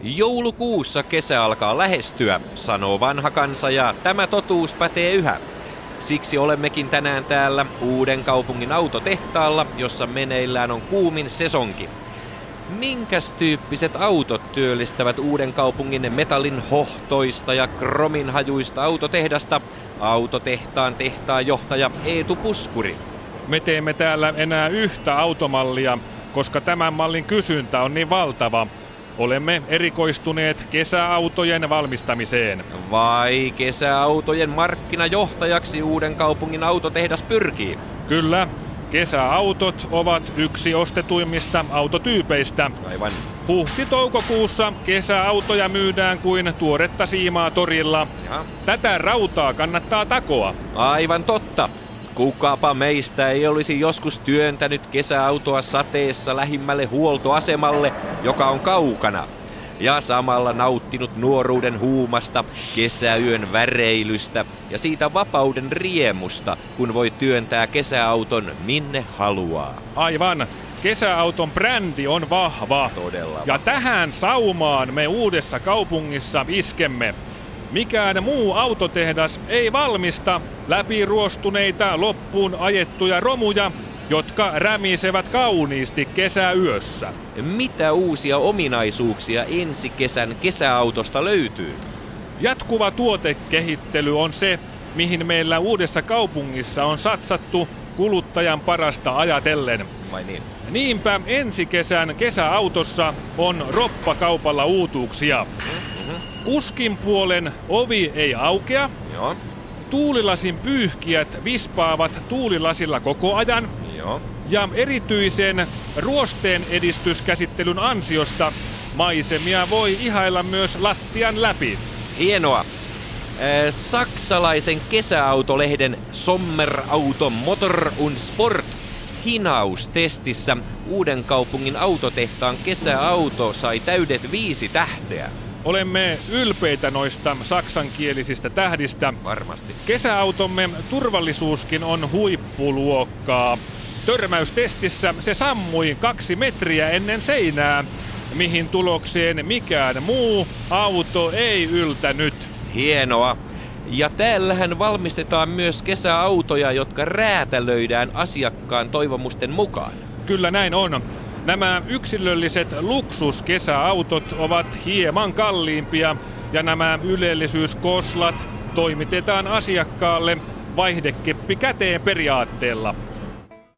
Joulukuussa kesä alkaa lähestyä, sanoo vanha kansa, ja tämä totuus pätee yhä. Siksi olemmekin tänään täällä Uudenkaupungin autotehtaalla, jossa meneillään on kuumin sesonki. Minkäs tyyppiset autot työllistävät Uudenkaupungin metallin hohtoista ja krominhajuista autotehdasta? Autotehtaan tehtaanjohtaja Eetu Puskuri. Me teemme täällä enää yhtä automallia, koska tämän mallin kysyntä on niin valtava. Olemme erikoistuneet kesäautojen valmistamiseen. Vai kesäautojen markkinajohtajaksi Uudenkaupungin autotehdas pyrkii? Kyllä, kesäautot ovat yksi ostetuimmista autotyypeistä. Aivan. Huhti-toukokuussa kesäautoja myydään kuin tuoretta siimaa torilla. Ja. Tätä rautaa kannattaa takoa. Aivan totta. Kukapa meistä ei olisi joskus työntänyt kesäautoa sateessa lähimmälle huoltoasemalle, joka on kaukana, ja samalla nauttinut nuoruuden huumasta, kesäyön väreilystä ja siitä vapauden riemusta, kun voi työntää kesäauton minne haluaa. Aivan. Kesäauton brändi on vahva. Todella. Ja tähän saumaan me Uudessa kaupungissa iskemme. Mikään muu autotehdas ei valmista läpiruostuneita loppuun ajettuja romuja, jotka rämisevät kauniisti kesäyössä. Mitä uusia ominaisuuksia ensi kesän kesäautosta löytyy? Jatkuva tuotekehittely on se, mihin meillä Uudessa kaupungissa on satsattu kuluttajan parasta ajatellen. Vai niin? Niinpä ensi kesän kesäautossa on roppakaupalla uutuuksia. Kuskin puolen ovi ei aukea. Joo. Tuulilasin pyyhkijät vispaavat tuulilasilla koko ajan. Joo. Ja erityisen ruosteen edistyskäsittelyn ansiosta maisemia voi ihailla myös lattian läpi. Hienoa. Saksalaisen kesäautolehden Sommerauto Motor und Sport hinaustestissä Uudenkaupungin autotehtaan kesäauto sai täydet 5 tähteä. Olemme ylpeitä noista saksankielisistä tähdistä. Varmasti. Kesäautomme turvallisuuskin on huippuluokkaa. Törmäystestissä se sammui 2 metriä ennen seinää, mihin tulokseen mikään muu auto ei yltänyt. Hienoa. Ja täällähän valmistetaan myös kesäautoja, jotka räätälöidään asiakkaan toivomusten mukaan. Kyllä näin on. Nämä yksilölliset luksuskesäautot ovat hieman kalliimpia ja nämä ylellisyyskoslat toimitetaan asiakkaalle vaihdekeppi käteen periaatteella.